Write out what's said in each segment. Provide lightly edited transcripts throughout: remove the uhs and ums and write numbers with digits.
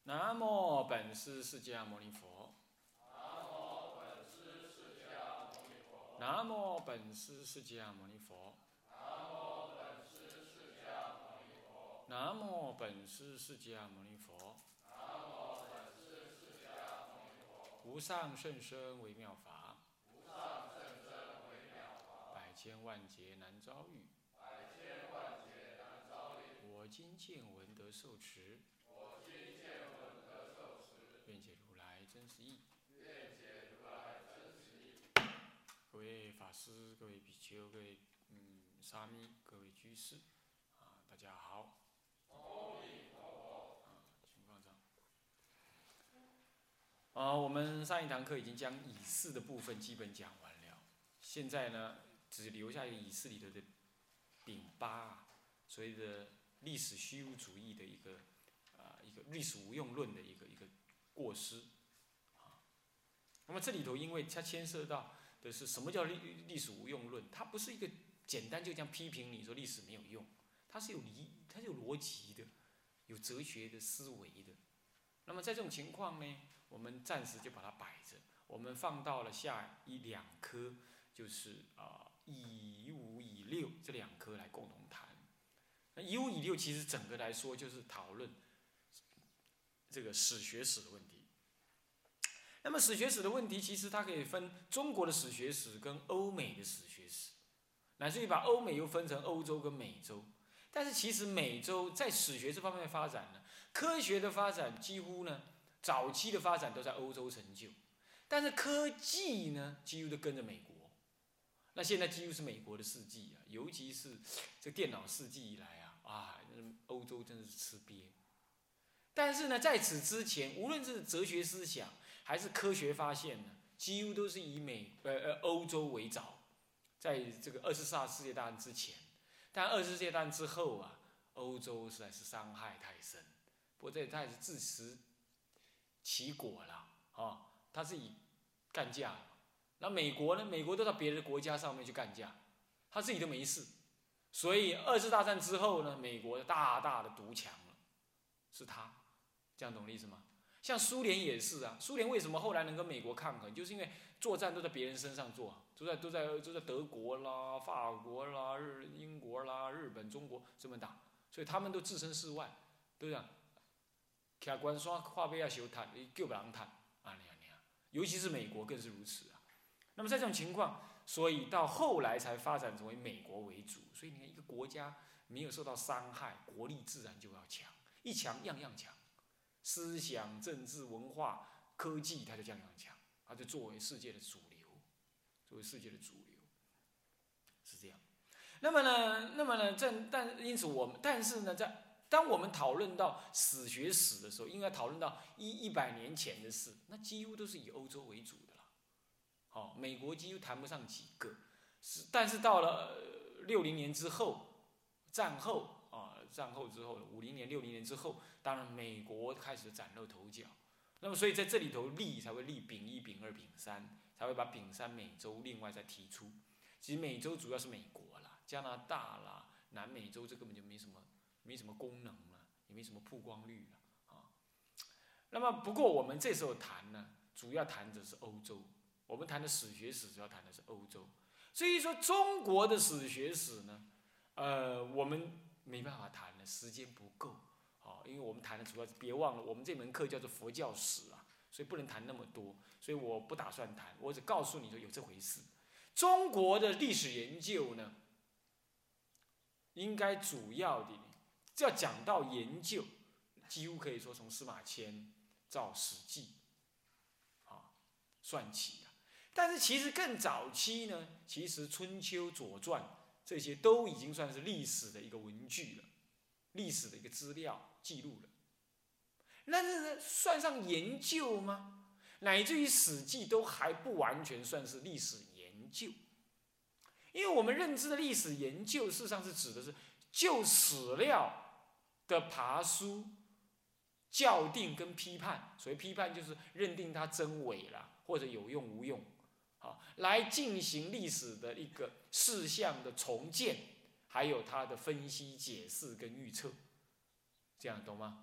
南无本师释迦牟尼佛。南无本师释迦牟尼佛。南无本师释迦牟尼佛。无上甚深微妙法，百千万劫难遭遇。我今见闻得受持，愿解如来真实义。各位法师、各位比丘、各位沙弥、各位居士，大家好。请放上。我们上一堂课已经将以释的部分基本讲完了，现在呢，只留下以释里头的丙八，所谓的历史虚无主义的一个历史无用论的一个过失。那么这里头，因为它牵涉到的是什么叫历史无用论，它不是一个简单就这样批评你说历史没有用，它是有逻辑的，有哲学的思维的。那么在这种情况呢，我们暂时就把它摆着，我们放到了下两科，就是以五以六这两科来共同谈。那以五以六其实整个来说就是讨论这个史学史的问题。那么史学史的问题，其实它可以分中国的史学史跟欧美的史学史，乃至于把欧美又分成欧洲跟美洲。但是其实美洲在史学这方面的发展呢，科学的发展几乎呢，早期的发展都在欧洲成就，但是科技呢，几乎都跟着美国。那现在几乎是美国的世纪啊，尤其是这电脑世纪以来欧洲真的是吃瘪。但是呢，在此之前，无论是哲学思想还是科学发现呢，几乎都是以欧洲为早。在这个24次世界大战之前，但20次世界大战之后欧洲实在是伤害太深。不过它也是自食其果了它是以干架。那美国呢？美国都到别的国家上面去干架，他自己都没事。所以2次大战之后呢，美国大大的独强了，是他。这样懂我的意思吗？像苏联也是啊，苏联为什么后来能跟美国抗衡，就是因为作战都在别人身上做，都在德国啦、法国啦、英国啦、日本、中国这么打，所以他们都置身事外，都这样。徛关山看尾修赚，救别人赚，尤其是美国更是如此啊。那么在这种情况，所以到后来才发展成为美国为主。所以你看，一个国家没有受到伤害，国力自然就要强，一强样样强。思想、政治、文化、科技，它就这样强，它就作为世界的主流，是这样。那么呢，因此但是呢，当我们讨论到史学史的时候，应该讨论到100年前的事，那几乎都是以欧洲为主的了。美国几乎谈不上几个，但是到了60年之后，战后之后50年、60年之后，当然美国开始崭露头角。那么所以在这里头才会立丙1、丙2、丙3，才会把丙3美洲另外再提出。其实美洲主要是美国啦、加拿大啦、南美洲，这根本就没什么功能了，也没什么曝光率了那么不过我们这时候谈呢，主要谈的是欧洲，我们谈的史学史主要谈的是欧洲。所以说中国的史学史呢，我们没办法谈了，时间不够因为我们谈的主要别忘了，我们这门课叫做佛教史所以不能谈那么多，所以我不打算谈，我只告诉你说有这回事。中国的历史研究呢，应该主要的要讲到研究，几乎可以说从司马迁照《史记》算起但是其实更早期呢，其实《春秋》《左传》这些都已经算是历史的一个文具了，历史的一个资料记录了。那这算上研究吗？乃至于《史记》都还不完全算是历史研究，因为我们认知的历史研究，事实上是指的是就史料的爬梳、校订跟批判。所谓批判，就是认定它真伪啦，或者有用无用，来进行历史的一个事项的重建，还有它的分析、解释跟预测，这样懂吗？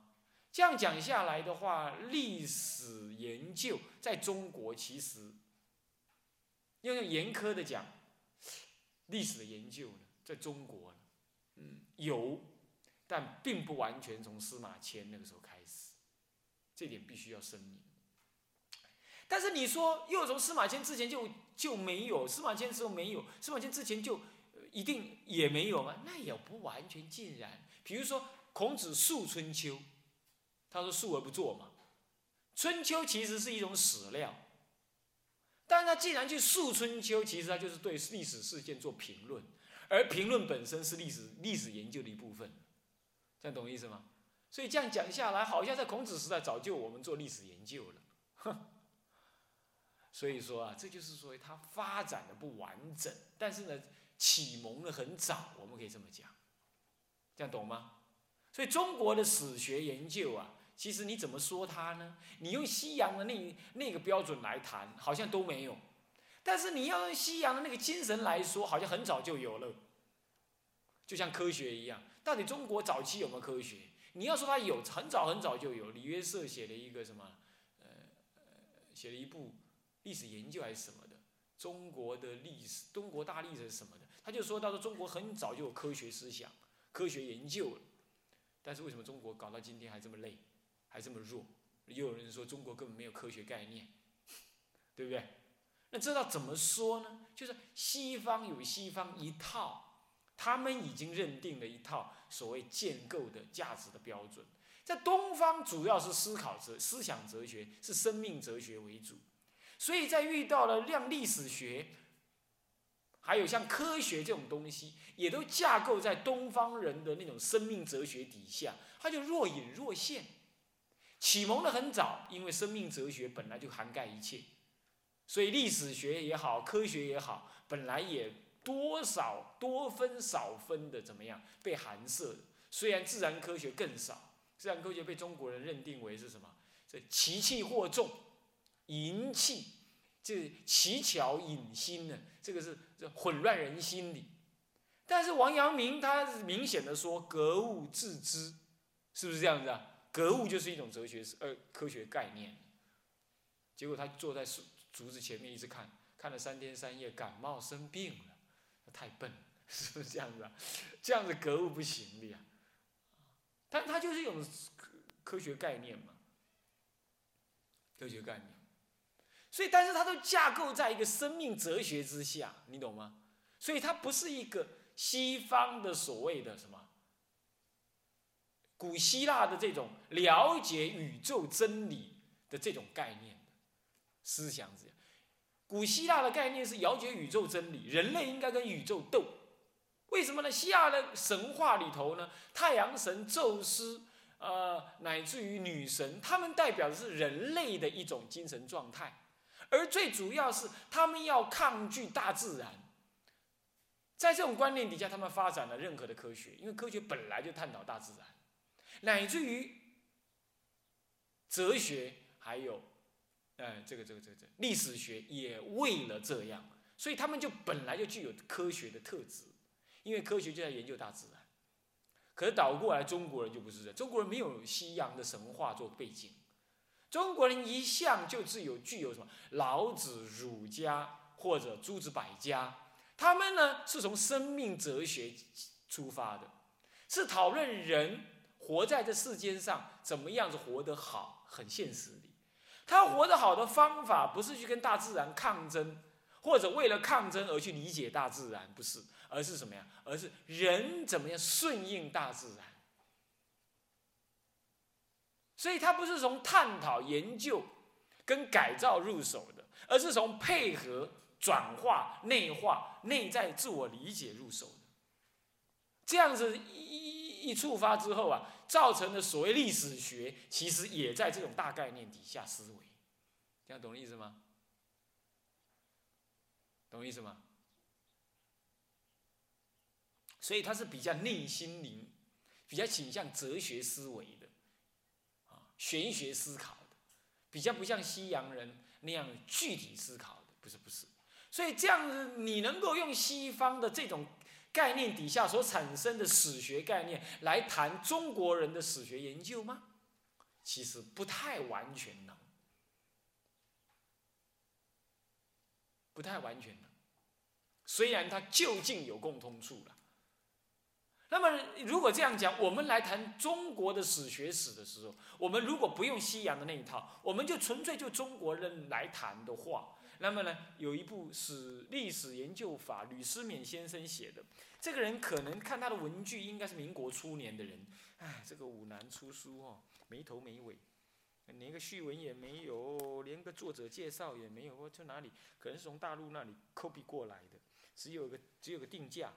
这样讲下来的话，历史研究在中国其实，要用严苛的讲，历史的研究呢，在中国呢，有，但并不完全从司马迁那个时候开始，这点必须要声明。但是你说又从司马迁之前就没有，司马迁之后没有，司马迁之前就一定也没有吗？那也不完全尽然。比如说孔子述春秋，他说述而不作嘛，春秋其实是一种史料，但是他既然去述春秋，其实他就是对历史事件做评论，而评论本身是历史研究的一部分，这样懂我意思吗？所以这样讲下来，好像在孔子时代早就我们做历史研究了。所以说啊，这就是说它发展的不完整，但是呢，启蒙的很早，我们可以这么讲，这样懂吗？所以中国的史学研究啊，其实你怎么说它呢？你用西洋的那个标准来谈，好像都没有；但是你要用西洋的那个精神来说，好像很早就有了。就像科学一样，到底中国早期有没有科学？你要说它有，很早很早就有。李约瑟写了一个什么，写了一部历史研究还是什么的，中国的历史，中国大历史是什么的，他就说到说中国很早就有科学思想、科学研究了，但是为什么中国搞到今天还这么累，还这么弱？又有人说中国根本没有科学概念，对不对？那这要怎么说呢？就是西方有西方一套，他们已经认定了一套所谓建构的价值的标准，在东方主要是思想哲学，是生命哲学为主。所以在遇到了像历史学，还有像科学这种东西，也都架构在东方人的那种生命哲学底下，它就若隐若现。启蒙的很早，因为生命哲学本来就涵盖一切，所以历史学也好，科学也好，本来也多分少分的怎么样被涵摄的。虽然自然科学更少，自然科学被中国人认定为是什么？这奇气惑众。淫气，这奇巧隐心呢？这个是混乱人心理。但是王阳明他明显的说格物致知，是不是这样子啊？格物就是一种哲学科学概念。结果他坐在竹子前面一直看了3天3夜，感冒生病了，他太笨了，是不是这样子啊？这样子格物不行的呀。他就是一种科学概念嘛，科学概念。所以，但是它都架构在一个生命哲学之下，你懂吗？所以它不是一个西方的所谓的什么，古希腊的这种了解宇宙真理的这种概念的思想之下。古希腊的概念是了解宇宙真理，人类应该跟宇宙斗。为什么呢？希腊的神话里头呢，太阳神宙斯，乃至于女神，他们代表的是人类的一种精神状态。而最主要是他们要抗拒大自然，在这种观念底下，他们发展了任何的科学，因为科学本来就探讨大自然，乃至于哲学还有这个历史学也为了这样，所以他们就本来就具有科学的特质，因为科学就在研究大自然。可是倒过来，中国人就不是这样，中国人没有西洋的神话做背景。中国人一向就具有什么老子、儒家或者诸子百家，他们呢是从生命哲学出发的，是讨论人活在这世间上怎么样子活得好，很现实的。他活得好的方法不是去跟大自然抗争，或者为了抗争而去理解大自然，不是，而是什么呀？而是人怎么样顺应大自然。所以它不是从探讨、研究跟改造入手的，而是从配合、转化、内化、内在自我理解入手的。这样子一触发之后啊，造成的所谓历史学，其实也在这种大概念底下思维。这样懂意思吗？懂意思吗？所以它是比较内心灵，比较倾向哲学思维的。玄学思考的，比较不像西洋人那样具体思考的，不是。所以这样子，你能够用西方的这种概念底下所产生的史学概念来谈中国人的史学研究吗？ 其实不太完全能，不太完全能。虽然它究竟有共通处了。那么如果这样讲，我们来谈中国的史学史的时候，我们如果不用西洋的那一套，我们就纯粹就中国人来谈的话，那么呢，有一部历史研究法，吕思勉先生写的。这个人可能看他的文句，应该是民国初年的人。哎，这个武南出书哦，没头没尾，连个序文也没有，连个作者介绍也没有，我从哪里？可能是从大陆那里 copy 过来的。只有个定价，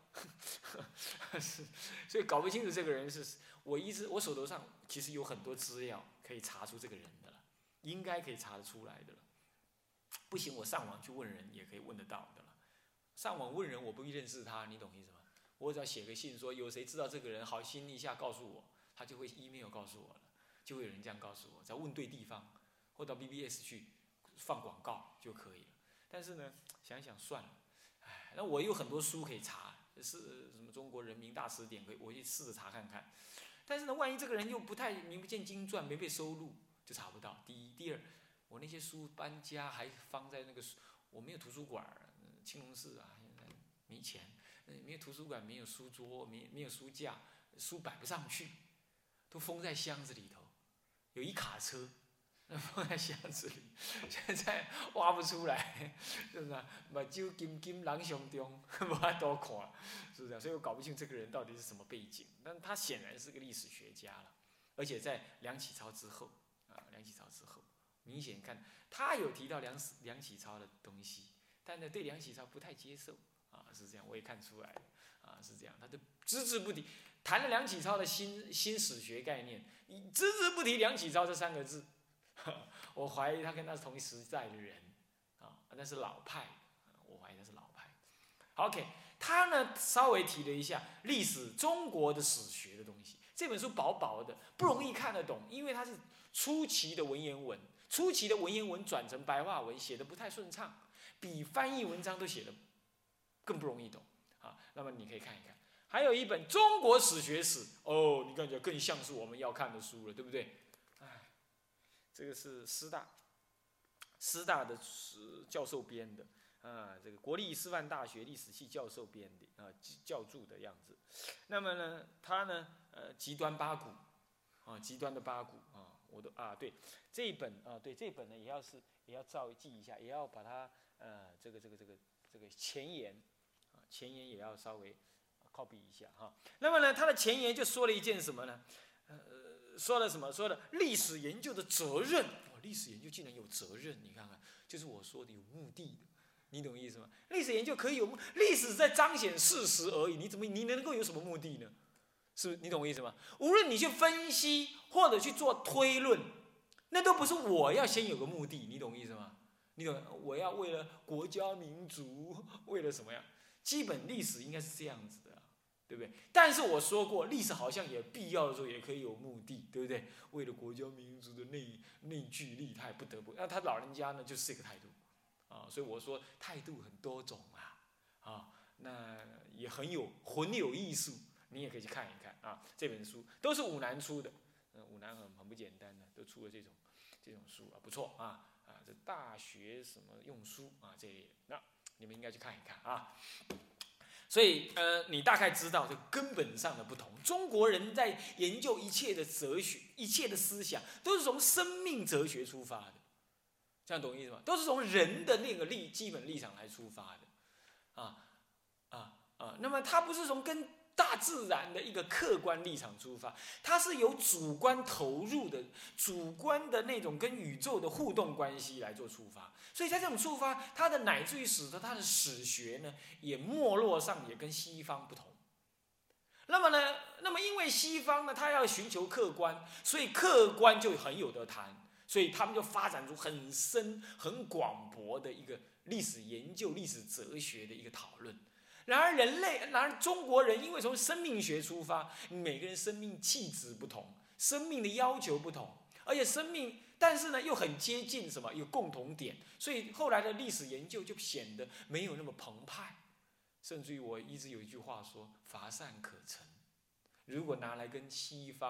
所以搞不清楚这个人是。我手头上其实有很多资料可以查出这个人的了，应该可以查得出来的了。不行，我上网去问人也可以问得到的了。上网问人，我不认识他，你懂意思吗？我只要写个信说有谁知道这个人，好心一下告诉我，他就会 email 告诉我了，就会有人这样告诉我。只要问对地方，或到 BBS 去放广告就可以了。但是呢，想想算了。那我有很多书可以查，是什么中国人民大词典，我去试着查看看。但是呢，万一这个人又不太名不见经传，没被收录，就查不到。第一，第二，我那些书搬家还放在那个我没有图书馆，青龙寺啊，现在没钱，没有图书馆，没有书桌，没有书架，书摆不上去，都封在箱子里头，有一卡车。放在箱子里，现在挖不出来，是不是啊？目睭金金人上中，无法多看，是不是啊？所以我搞不清这个人到底是什么背景。但他显然是个历史学家了，而且在梁启超之后，梁启超之后，明显看他有提到梁启超的东西，但呢对梁启超不太接受，是这样，我也看出来了，是这样，他就只字不提，谈了梁启超的新史学概念，只字不提梁启超这3个字。我怀疑他跟他是同一时代的人，那是老派，我怀疑他是老派。好 ，OK， 他呢稍微提了一下中国的史学的东西。这本书薄薄的，不容易看得懂，因为它是初期的文言文，初期的文言文转成白话文，写的不太顺畅，比翻译文章都写的更不容易懂啊。那么你可以看一看，还有一本《中国史学史》哦，你感觉更像是我们要看的书了，对不对？这个是师大的教授编的，这个国立师范大学历史系教授编的，教注的样子。那么呢，他呢，极端八股，极端的八股我都对这一本这一本呢也要记一下，也要把它这个前言也要稍微 copy 一下哈。那么呢，他的前言就说了一件什么呢？说了什么？说了历史研究的责任。历史研究竟然有责任，你看看，就是我说的有目的的，你懂意思吗？历史研究可以有历史在彰显事实而已，你能够有什么目的呢？是不是？你懂我意思吗？无论你去分析或者去做推论，那都不是我要先有个目的，你懂我意思吗？你懂？我要为了国家民族，为了什么呀？基本历史应该是这样子的。对不对？但是我说过，历史好像也必要的时候也可以有目的，对不对？为了国家民族的内聚力，他也不得不。那他老人家呢，就是这个态度，所以我说态度很多种那也很混有艺术，你也可以去看一看这本书都是武南出的，武南很不简单的，都出了这种书不错这大学什么用书这类的，那你们应该去看一看所以你大概知道这根本上的不同。中国人在研究一切的哲学、一切的思想，都是从生命哲学出发的，这样懂意思吗？都是从人的那个基本立场来出发的，那么它不是从跟大自然的一个客观立场出发，它是由主观投入的、主观的那种跟宇宙的互动关系来做出发。所以在这种出发，它的乃至于使得它的史学呢，也没落上也跟西方不同。那么因为西方呢，它要寻求客观，所以客观就很有得谈，所以他们就发展出很深、很广博的一个历史研究、历史哲学的一个讨论。然而中国人因为从生命学出发，每个人生命气质不同，生命的要求不同，而且但是呢又很接近什么有共同点，所以后来的历史研究就显得没有那么澎湃，甚至于我一直有一句话说乏善可陈。如果拿来跟西方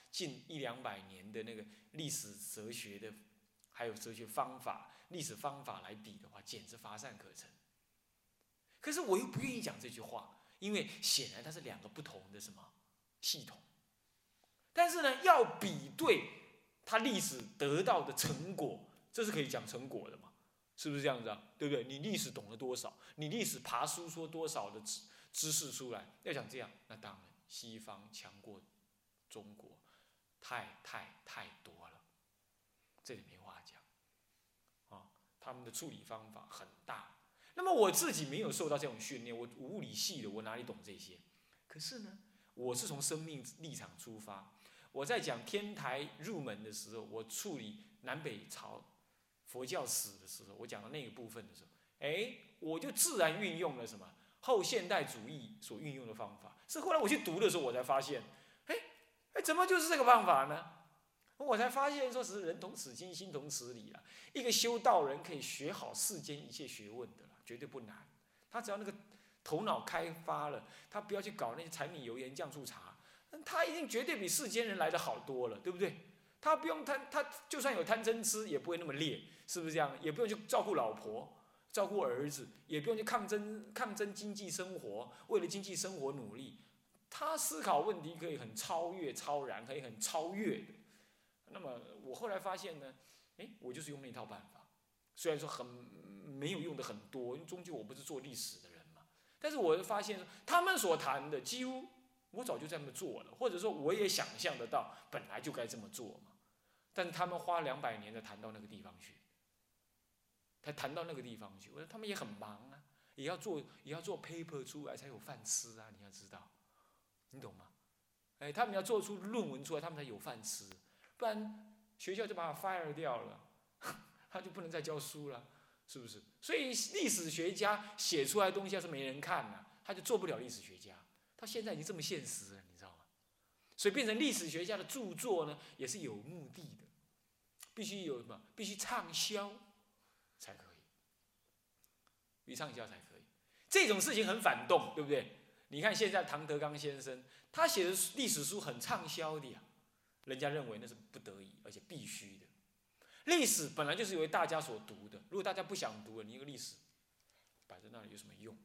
近100-200年的那个历史哲学的，还有哲学方法、历史方法来比的话，简直乏善可陈。可是我又不愿意讲这句话，因为显然它是2个不同的什么系统。但是呢，要比对它历史得到的成果，这是可以讲成果的嘛？是不是这样子啊？对不对？你历史懂了多少？你历史爬书说多少的知识出来？要讲这样，那当然西方强过中国太多了，这里没话讲啊。他们的处理方法很大。那么我自己没有受到这种训练，我物理系的，我哪里懂这些？可是呢，我是从生命立场出发。我在讲天台入门的时候，我处理南北朝佛教史的时候，我讲到那个部分的时候，我就自然运用了什么后现代主义所运用的方法。是后来我去读的时候，我才发现，怎么就是这个方法呢？我才发现说是人同此心，心同此理啊。一个修道人可以学好世间一切学问的啦，绝对不难。他只要那个头脑开发了，他不要去搞那些柴米油盐酱醋茶，他一定绝对比世间人来的好多了，对不对？他不用贪，他就算有贪嗔痴，也不会那么烈，是不是这样？也不用去照顾老婆、照顾儿子，也不用去抗争经济生活，为了经济生活努力。他思考问题可以很超越、超然，可以很超越的。那么我后来发现呢，我就是用那套办法，虽然说没有用的很多，因为终究我不是做历史的人嘛。但是我发现他们所谈的几乎我早就这么做了，或者说我也想象得到，本来就该这么做嘛。但是他们花200年才谈到那个地方去，才谈到那个地方去。我说他们也很忙啊，也要做 paper 出来才有饭吃啊，你要知道，你懂吗？他们要做出论文出来，他们才有饭吃，不然学校就把他 fire 掉了，他就不能再教书了，是不是？所以历史学家写出来的东西要是没人看呢，他就做不了历史学家。他现在已经这么现实了，你知道吗？所以变成历史学家的著作呢，也是有目的的，必须有什么？必须畅销才可以，必须畅销才可以。这种事情很反动，对不对？你看现在唐德刚先生，他写的历史书很畅销的呀，人家认为那是不得已而且必须的。历史本来就是为大家所读的，如果大家不想读了，你一个历史摆在那里有什么用？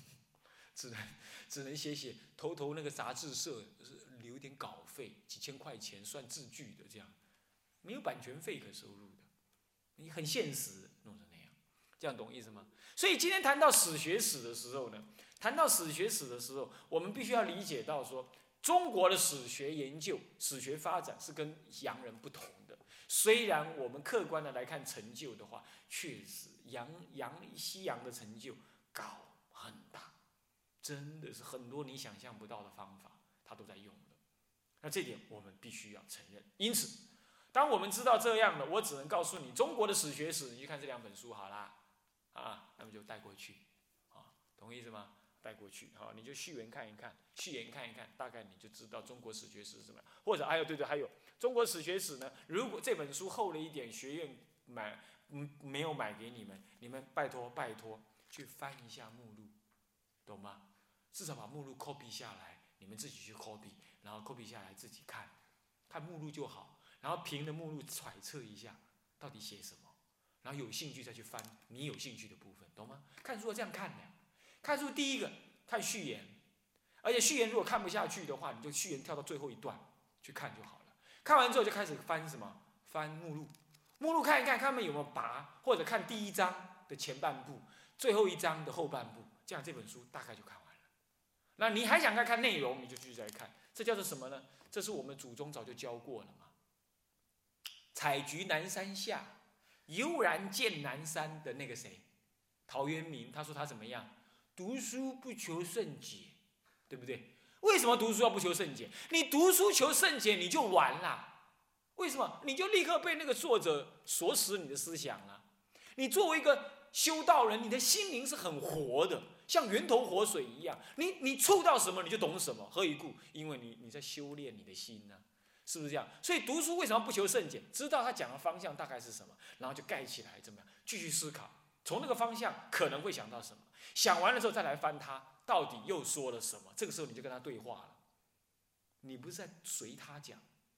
只能写投那个杂志社，留一点稿费，几千块钱算字句的这样，没有版权费可收入的，你很现实弄成那样，这样懂意思吗？所以今天谈到史学史的时候呢，我们必须要理解到说，中国的史学研究、史学发展是跟洋人不同的。虽然我们客观的来看成就的话，确实西洋的成就高很大，真的是很多你想象不到的方法，他都在用的。那这点我们必须要承认。因此，当我们知道这样了，我只能告诉你，中国的史学史，你去看这2本书好啦，那么就带过去，懂意思吗？带过去，你就序言看一看，大概你就知道中国史学史是什么。或者还有中国史学史呢，如果这本书厚了一点，学院没有买给你们，你们拜托去翻一下目录，懂吗？至少把目录 copy 下来，你们自己去 copy， 然后 copy 下来自己看目录就好，然后凭着目录揣测一下到底写什么，然后有兴趣再去翻你有兴趣的部分，懂吗？看书要这样看的。看书第一个看序言，而且序言如果看不下去的话，你就序言跳到最后一段去看就好了。看完之后就开始翻什么？翻目录，目录看一看，看他们有没有拔，或者看第1章的前半部，最后1章的后半部，这样这本书大概就看完了。那你还想看内容，你就继续再看。这叫做什么呢？这是我们祖宗早就教过了嘛。采菊南山下，悠然见南山的那个谁，陶渊明，他说他怎么样？读书不求甚解，对不对？为什么读书要不求甚解？你读书求甚解，你就完了。为什么？你就立刻被那个作者锁死你的思想了。你作为一个修道人，你的心灵是很活的，像源头活水一样。你触到什么你就懂什么。何以故？因为你在修炼你的心呢，是不是这样？所以读书为什么不求甚解？知道他讲的方向大概是什么，然后就盖起来，怎么样？继续思考，从那个方向可能会想到什么。想完了之后再来翻他到底又说了什么，这个时候你就跟他对话了，你不是在随他讲，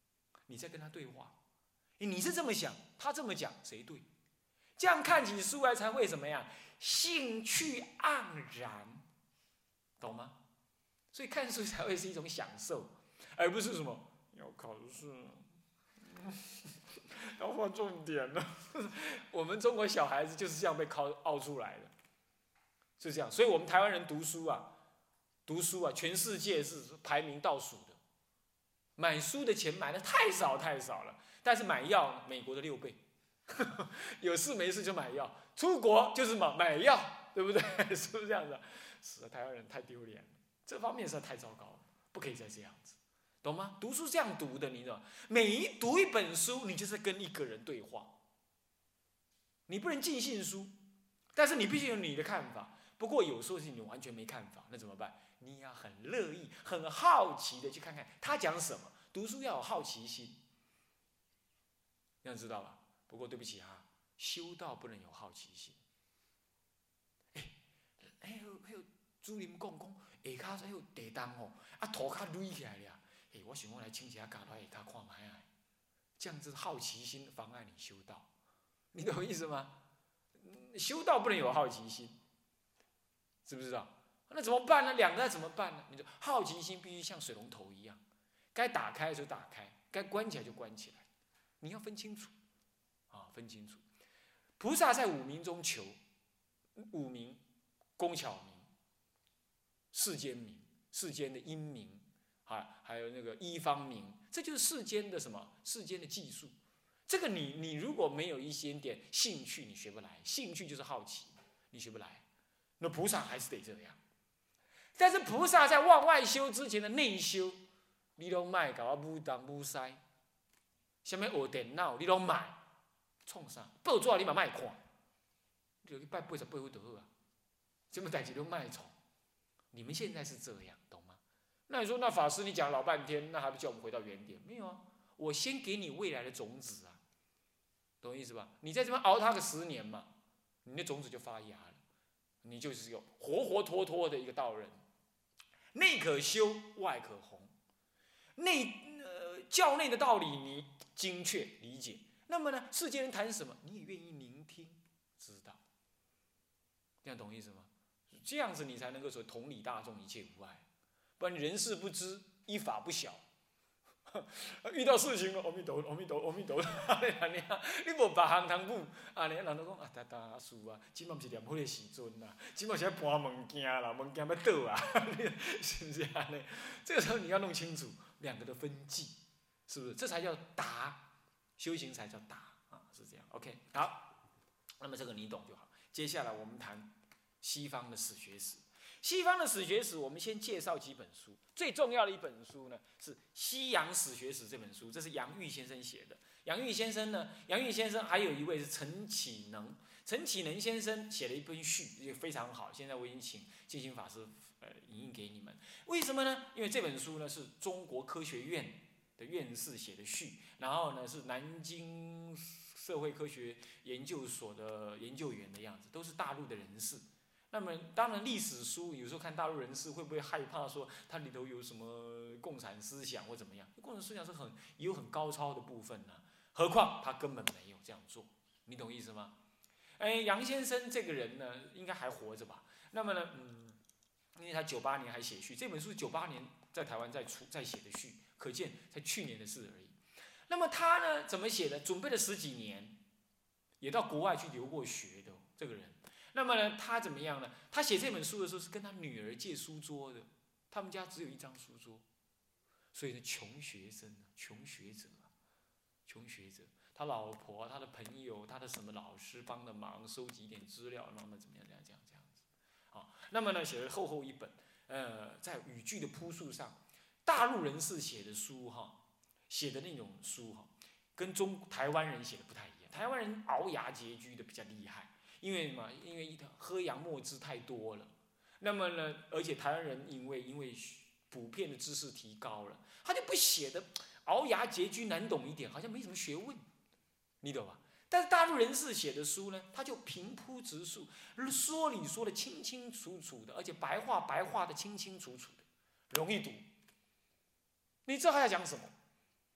你在跟他对话。你是这么想，他这么讲，谁对？这样看起书来才会怎么样？兴趣盎然，懂吗？所以看书才会是一种享受，而不是什么要考试，要画重点了。我们中国小孩子就是这样被凹出来的，是这样。所以我们台湾人读书啊，全世界是排名倒数的。买书的钱买的太少了，但是买药美国的6倍。有事没事就买药，出国就是买药，对不对？是不是这样子？是啊，台湾人太丢脸了，这方面实在太糟糕了，不可以再这样子，懂吗？读书这样读的，你知道吗？读一本书，你就是跟一个人对话，你不能尽信书，但是你必须有你的看法。不过有时候是你完全没看法，那怎么办？你要很乐意、很好奇的去看看他讲什么。读书要有好奇心，这样知道吧？不过对不起哈，修道不能有好奇心。主任讲，下骹有地动吼，土骹垒起来了，我想要来请一下脚来下骹看卖啊。这样子好奇心妨碍你修道，你懂我意思吗？修道不能有好奇心，知不知道？那怎么办呢？两个怎么办呢？你说好奇心必须像水龙头一样，该打开就打开，该关起来就关起来，你要分清楚。分清楚，菩萨在五明中求五明，工巧明、世间明、世间的因明，还有那个医方明，这就是世间的什么？世间的技术。这个你如果没有一些点兴趣，你学不来。兴趣就是好奇，你学不来。那菩萨还是得这样。但是菩萨在往外修之前的内修，你都卖搞我武当武西，什么学电脑你都买。创啥？报纸你嘛卖看，你就去拜88分就好啊。什么代志都卖从。你们现在是这样，懂吗？那你说，那法师你讲老半天，那还不叫我们回到原点？没有啊，我先给你未来的种子啊，懂我意思吧？你在这边熬它个10年嘛，你的种子就发芽了，你就是有活活脱脱的一个道人。内可修，外可弘。教内的道理你精确理解。那么呢，世间人谈什么，你也愿意聆听，知道，这样懂意思吗？这样子你才能够说同理大众，一切无碍，不然人事不知，依法不晓，遇到事情了，阿弥陀，阿弥陀，阿弥陀，你无别行通补，人都讲大师啊，今嘛不是念好个时阵啦，今嘛是在搬物件啦，物件要倒啊，是不是安尼？这个时候你要弄清楚两个的分际，是不是？这才叫达。修行才叫达是这样。OK， 好，那么这个你懂就好。接下来我们谈西方的史学史。西方的史学史，我们先介绍几本书。最重要的一本书呢，是《西洋史学史》这本书，这是杨玉先生写的。杨玉先生还有一位是陈启能。陈启能先生写了一本序，也非常好。现在我已经请净心法师引用给你们。为什么呢？因为这本书呢是中国科学院的院士写的序，然后呢是南京社会科学研究所的研究员的样子，都是大陆的人士。那么当然历史书有时候看大陆人士会不会害怕说它里头有什么共产思想或怎么样？共产思想是也有很高超的部分呢、何况他根本没有这样做，你懂意思吗？杨先生这个人呢应该还活着吧？那么呢，因为他98年还写序，这本书98年在台湾在写的序。可见才去年的事而已。那么他呢，怎么写的？准备了10几年，也到国外去留过学的这个人。那么呢，他怎么样呢？他写这本书的时候是跟他女儿借书桌的，他们家只有一张书桌，所以呢，穷学生、穷学者，他老婆、他的朋友、他的什么老师帮的忙，收集一点资料，那么怎么样？这样子。那么呢，写了厚一本，在语句的铺述上。大陆人士写的书写的那种书跟台湾人写的不太一样。台湾人熬牙拮据的比较厉害，因为喝洋墨汁太多了。那么呢，而且台湾人因为普遍的知识提高了，他就不写的熬牙拮据难懂一点，好像没什么学问，你懂吧？但是大陆人士写的书呢，他就平铺直述，说理说的清清楚楚的，而且白话的清清楚楚的，容易读。你知道他要讲什么？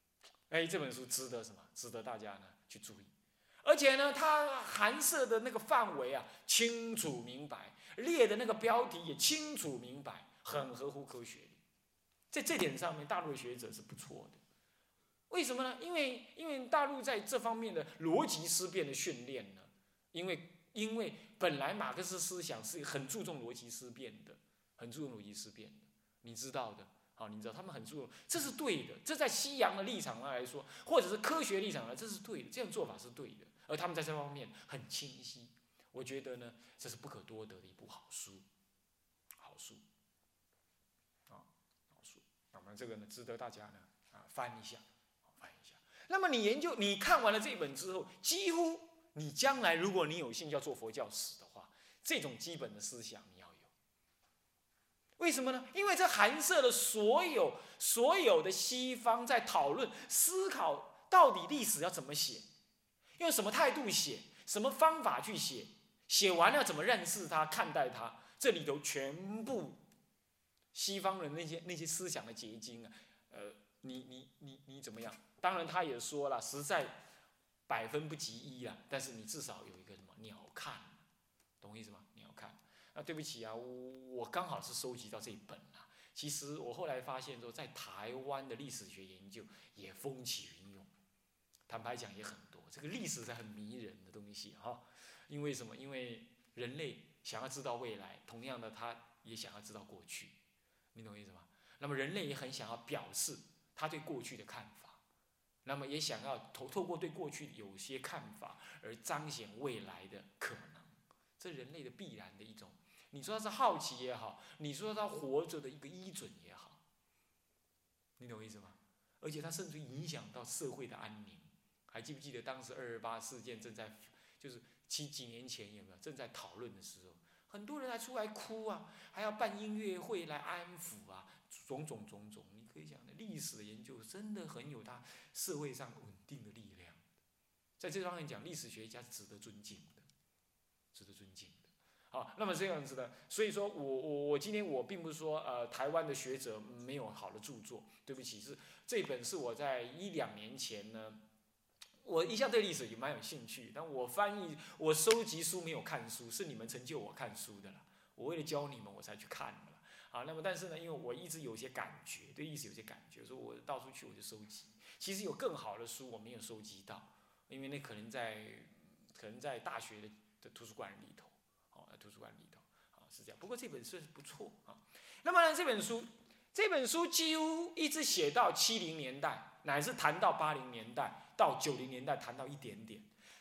哎，这本书值得什么？值得大家呢去注意。而且呢，它含涉的那个范围啊，清楚明白，列的那个标题也清楚明白，很合乎科学的。在这点上面，大陆的学者是不错的。为什么呢？因为大陆在这方面的逻辑思辨的训练呢，因为本来马克思思想是很注重逻辑思辨的，很注重逻辑思辨的，你知道的。好，你知道他们很注重，这是对的。这在西洋的立场上来说，或者是科学立场上，这是对的，这样做法是对的。而他们在这方面很清晰，我觉得呢，这是不可多得的一部好书，好书，啊，好书。那么这个呢，值得大家呢翻一下，翻一下。那么你看完了这本之后，几乎你将来如果你有幸要做佛教史的话，这种基本的思想你要有。为什么呢？因为这含涉了所有的西方在讨论、思考到底历史要怎么写，用什么态度写，什么方法去写，写完了怎么认识它、看待它，这里头全部西方人那些思想的结晶啊，你怎么样？当然他也说了，实在100分不及1啊，但是你至少有一个什么鸟瞰，懂我意思吗？鸟瞰。那对不起啊，我刚好是收集到这一本啊。其实我后来发现说，在台湾的历史学研究也风起云涌，坦白讲也很多。这个历史是很迷人的东西哈，因为什么？因为人类想要知道未来，同样的他也想要知道过去，你懂我意思吗？那么人类也很想要表示他对过去的看法，那么也想要透过对过去有些看法而彰显未来的可能，这人类的必然的一种。你说他是好奇也好，你说他活着的一个依准也好，你懂我意思吗？而且他甚至影响到社会的安宁。还记不记得当时228事件正在，就是几年前有没有正在讨论的时候，很多人还出来哭啊，还要办音乐会来安抚啊，种种。你可以讲的历史的研究真的很有它社会上稳定的力量，在这方面讲，历史学家是值得尊敬的，值得尊敬的。好，那么这样子呢，所以说我今天我并不是说台湾的学者没有好的著作，对不起，是这本是我在1-2年前呢，我一向对历史也蛮有兴趣，但我收集书没有看书，是你们成就我看书的了，我为了教你们我才去看的了。啊，那么但是呢，因为我一直有些感觉，对历史有些感觉，所以我到处去我就收集。其实有更好的书我没有收集到，因为那可能在大学的图书馆里头。图书馆里头是这样。不过这本书是不错啊。那么呢，这本书几乎一直写到70年代，乃至谈到80年代到90年代，谈到一点点。